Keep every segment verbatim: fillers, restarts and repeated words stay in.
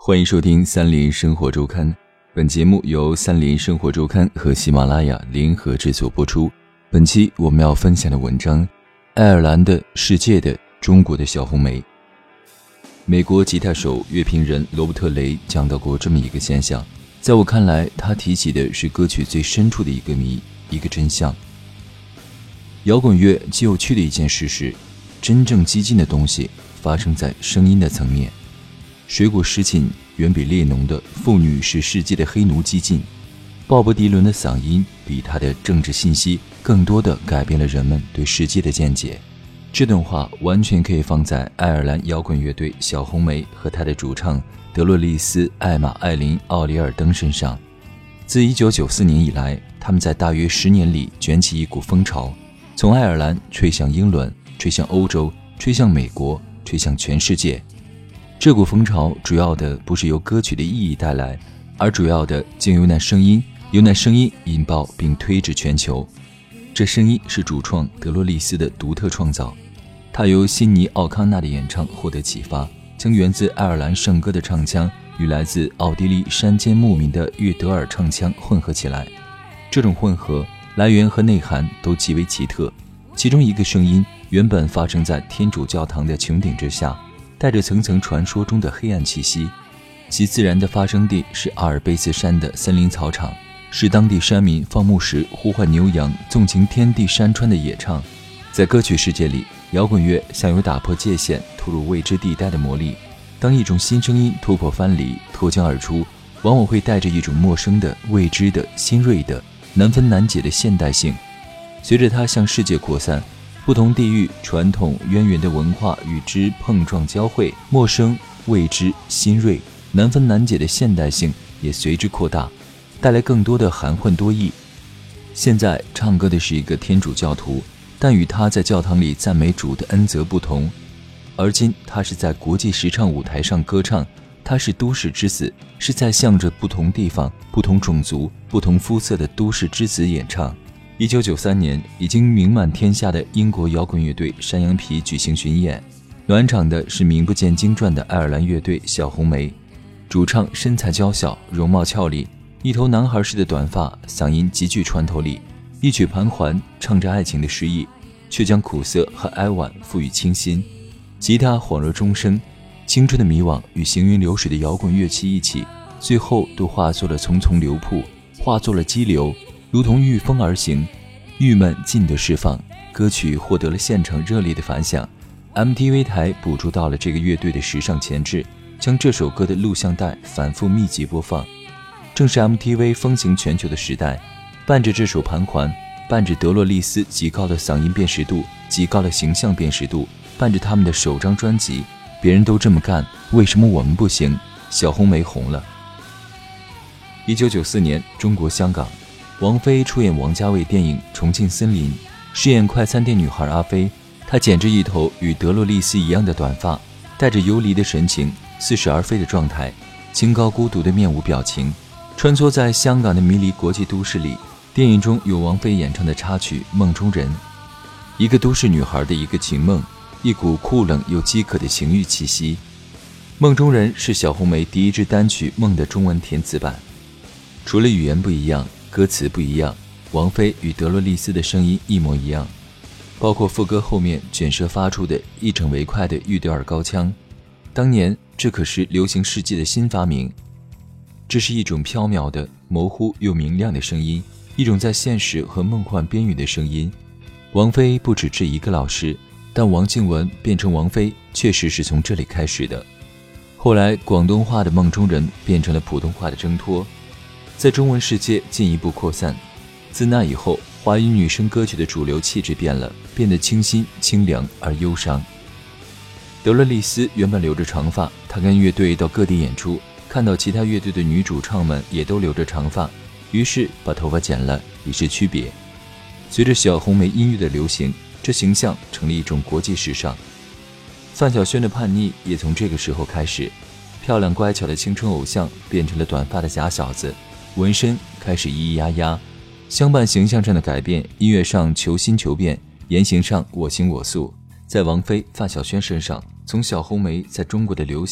欢迎收听三林生活周刊，本节目由三林生活周刊和喜马拉雅联合制作播出。本期我们要分享的文章，爱尔兰的、世界的、中国的小红莓。美国吉他手、乐评人罗伯特·雷讲到过这么一个现象，在我看来，他提起的是歌曲最深处的一个谜，一个真相。摇滚乐极有趣的一件事是，真正激进的东西发生在声音的层面。水果什锦远比列侬的妇女是世界的黑奴激进，鲍勃迪伦的嗓音比他的政治信息更多地改变了人们对世界的见解。这段话完全可以放在爱尔兰摇滚乐队小红莓和他的主唱德洛丽丝·艾玛·艾琳·奥里尔登身上。自一九九四年以来，他们在大约十年里卷起一股风潮，从爱尔兰吹向英伦，吹向欧洲，吹向美国，吹向全世界。这股风潮主要的不是由歌曲的意义带来，而主要的竟由那声音，由那声音引爆并推至全球。这声音是主创德洛丽丝的独特创造，他由辛尼·奥康纳的演唱获得启发，将源自爱尔兰圣歌的唱腔与来自奥地利山间牧民的约德尔唱腔混合起来。这种混合来源和内涵都极为奇特，其中一个声音原本发生在天主教堂的穹顶之下，带着层层传说中的黑暗气息，其自然的发生地是阿尔卑斯山的森林草场，是当地山民放牧时呼唤牛羊、纵情天地山川的野唱。在歌曲世界里，摇滚乐像有打破界限、突入未知地带的魔力。当一种新声音突破藩篱、脱缰而出，往往会带着一种陌生的、未知的、新锐的、难分难解的现代性。随着它向世界扩散，不同地域传统渊源的文化与之碰撞交汇，陌生、未知、新锐、难分难解的现代性也随之扩大，带来更多的含混多义。现在唱歌的是一个天主教徒，但与他在教堂里赞美主的恩泽不同，而今他是在国际时尚舞台上歌唱，他是都市之子，是在向着不同地方、不同种族、不同肤色的都市之子演唱。一九九三年，已经名满天下的英国摇滚乐队山羊皮举行巡演，暖场的是名不见经传的爱尔兰乐队小红莓。主唱身材娇小，容貌俏丽，一头男孩式的短发，嗓音极具穿透力，一曲盘桓唱着爱情的诗意，却将苦涩和哀婉赋予清新。吉他恍若钟声，青春的迷惘与行云流水的摇滚乐器一起，最后都化作了匆匆流瀑，化作了激流，如同御风而行，郁闷尽得释放。歌曲获得了现场热烈的反响， M T V 台捕捉到了这个乐队的时尚潜质，将这首歌的录像带反复密集播放。正是 M T V 风行全球的时代，伴着这首盘桓，伴着德洛丽丝极高的嗓音辨识度、极高的形象辨识度，伴着他们的首张专辑《别人都这么干，为什么我们不行》，小红莓红了。一九九四年，中国香港，王菲出演王家卫电影《重庆森林》，饰演快餐店女孩阿飞。她剪着一头与德洛丽丝一样的短发，带着游离的神情，似是而非的状态，清高孤独的面无表情，穿梭在香港的迷离国际都市里。电影中有王菲演唱的插曲《梦中人》，一个都市女孩的一个情梦，一股酷冷又饥渴的情欲气息。《梦中人》是小红莓第一支单曲《梦》的中文填词版。除了语言不一样，歌词不一样，王菲与德洛丽丝的声音一模一样，包括副歌后面卷舌发出的一整为快的玉德尔高腔。当年这可是流行世界的新发明，这是一种飘渺的、模糊又明亮的声音，一种在现实和梦幻边缘的声音。王菲不只是一个老师，但王靖雯变成王菲确实是从这里开始的。后来广东话的梦中人变成了普通话的挣脱，在中文世界进一步扩散。自那以后，华语女声歌曲的主流气质变了，变得清新、清凉而忧伤。德洛丽丝原本留着长发，她跟乐队到各地演出，看到其他乐队的女主唱们也都留着长发，于是把头发剪了，以示区别。随着小红莓音乐的流行，这形象成了一种国际时尚。范晓萱的叛逆也从这个时候开始，漂亮乖巧的青春偶像变成了短发的假小子，纹身开始咿咿呀呀，相伴形象上的改变，音乐上求新求变，言行上我行我素。在王菲、范晓萱身上，从小红莓在中国的流行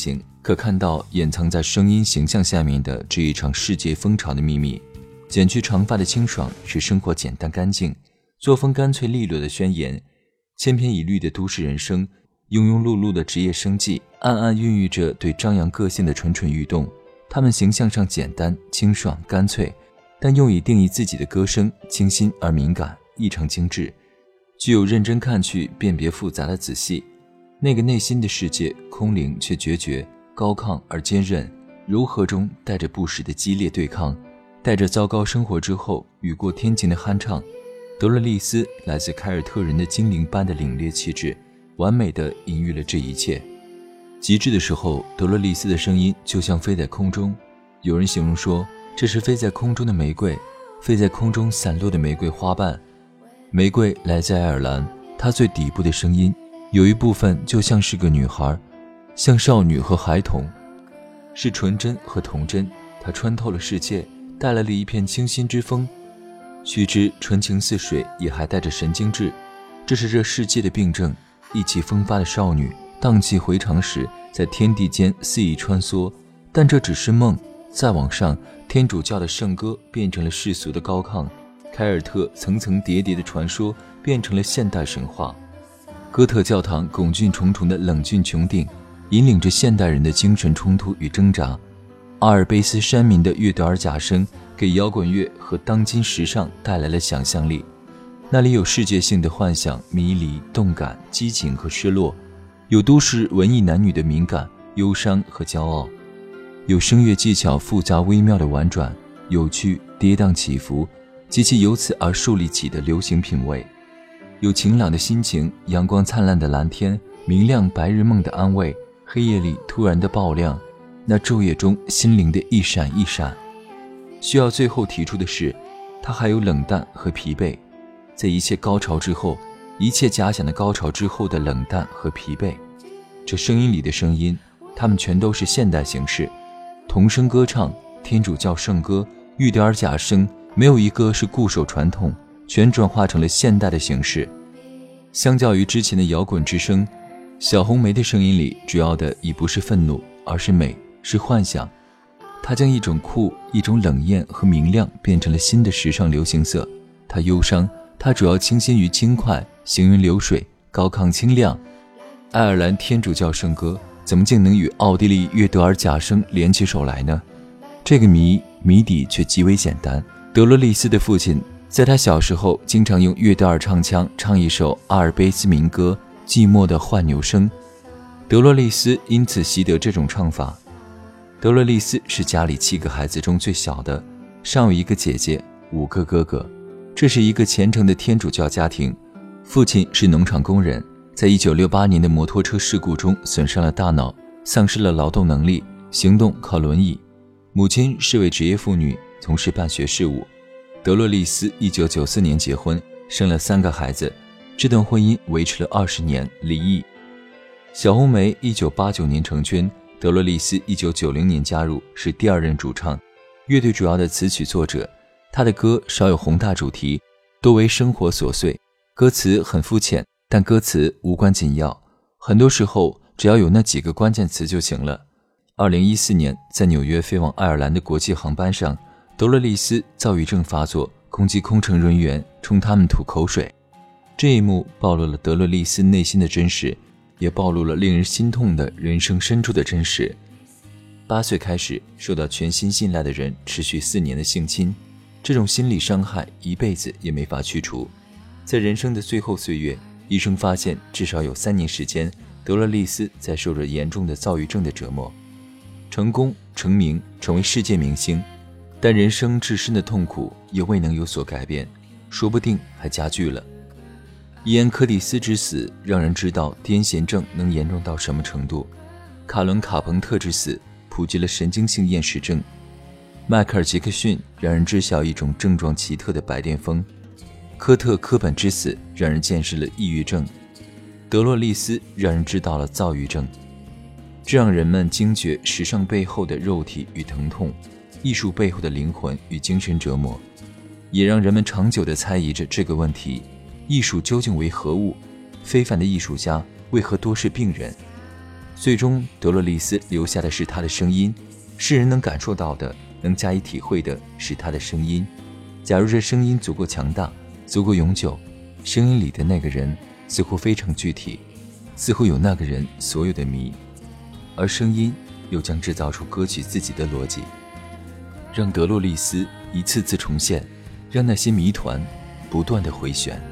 可看到掩藏在声音形象下面的这一场世界风潮的秘密。剪去长发的清爽是生活简单干净，作风干脆利落的宣言，千篇一律的都市人生，庸庸碌碌的职业生计，暗暗孕育着对张扬个性的蠢蠢欲动。他们形象上简单清爽干脆，但用以定义自己的歌声清新而敏感，异常精致，具有认真看去辨别复杂的仔细。那个内心的世界空灵却决绝，高亢而坚韧，柔和中带着不时的激烈对抗，带着糟糕生活之后雨过天晴的酣畅。德勒利斯来自凯尔特人的精灵般的凛冽气质，完美地隐喻了这一切。极致的时候，德勒利斯的声音就像飞在空中，有人形容说这是飞在空中的玫瑰，飞在空中散落的玫瑰花瓣。玫瑰来自爱尔兰，它最底部的声音有一部分就像是个女孩，像少女和孩童，是纯真和童真。它穿透了世界，带来了一片清新之风。须知纯情似水，也还带着神经质，这是这世界的病症。意气风发的少女荡气回肠时，在天地间肆意穿梭，但这只是梦。再往上，天主教的圣歌变成了世俗的高亢，凯尔特层层叠叠的传说变成了现代神话。哥特教堂拱峻重重的冷峻穹顶，引领着现代人的精神冲突与挣扎。阿尔卑斯山民的乐德尔假声给摇滚乐和当今时尚带来了想象力，那里有世界性的幻想、迷离、动感、激情和失落，有都市文艺男女的敏感、忧伤和骄傲，有声乐技巧复杂微妙的婉转、有趣、跌宕起伏及其由此而树立起的流行品味，有晴朗的心情、阳光灿烂的蓝天、明亮白日梦的安慰，黑夜里突然的爆亮，那昼夜中心灵的一闪一闪。需要最后提出的是，它还有冷淡和疲惫，在一切高潮之后，一切假想的高潮之后的冷淡和疲惫。这声音里的声音，它们全都是现代形式，童声歌唱、天主教圣歌、玉德尔假声，没有一个是固守传统，全转化成了现代的形式。相较于之前的摇滚之声，小红梅的声音里主要的已不是愤怒，而是美，是幻想。它将一种酷、一种冷艳和明亮变成了新的时尚流行色。它忧伤，它主要倾心于轻快、行云流水、高亢清亮。爱尔兰天主教圣歌怎么竟能与奥地利约德尔假声联起手来呢？这个谜谜底却极为简单。德罗利斯的父亲在他小时候经常用约德尔唱腔唱一首阿尔卑斯民歌《寂寞的换牛声》，德罗利斯因此习得这种唱法。德罗利斯是家里七个孩子中最小的，尚有一个姐姐，五个哥哥。这是一个虔诚的天主教家庭，父亲是农场工人，在一九六八年的摩托车事故中损伤了大脑，丧失了劳动能力，行动靠轮椅。母亲是位职业妇女，从事办学事务。德洛利斯一九九四年结婚，生了三个孩子，这段婚姻维持了二十年，离异。小红梅一九八九年成圈，德洛利斯一九九零年加入，是第二任主唱，乐队主要的词曲作者。他的歌少有宏大主题，多为生活琐碎，歌词很肤浅，但歌词无关紧要，很多时候只要有那几个关键词就行了。二零一四年，在纽约飞往爱尔兰的国际航班上，德洛利斯躁郁症发作，攻击空乘人员，冲他们吐口水。这一幕暴露了德洛利斯内心的真实，也暴露了令人心痛的人生深处的真实。八岁开始受到全心信赖的人持续四年的性侵，这种心理伤害一辈子也没法去除。在人生的最后岁月，医生发现至少有三年时间，德洛利斯在受着严重的躁郁症的折磨。成功成名，成为世界明星，但人生至深的痛苦也未能有所改变，说不定还加剧了。伊恩·柯蒂斯之死让人知道癫痫症能严重到什么程度，卡伦·卡彭特之死普及了神经性厌食症，迈克尔·杰克逊让人知晓一种症状奇特的白癜风，科特·科本之死让人见识了抑郁症，德洛利斯让人知道了躁郁症。这让人们惊觉时尚背后的肉体与疼痛，艺术背后的灵魂与精神折磨，也让人们长久地猜疑着这个问题：艺术究竟为何物？非凡的艺术家为何多是病人？ 最终德洛丽丝留下的是他的声音，世人能感受到的，能加以体会的是他的声音。假如这声音足够强大，足够永久，声音里的那个人似乎非常具体，似乎有那个人所有的谜，而声音又将制造出歌曲自己的逻辑，让德洛丽丝一次次重现，让那些谜团不断的回旋。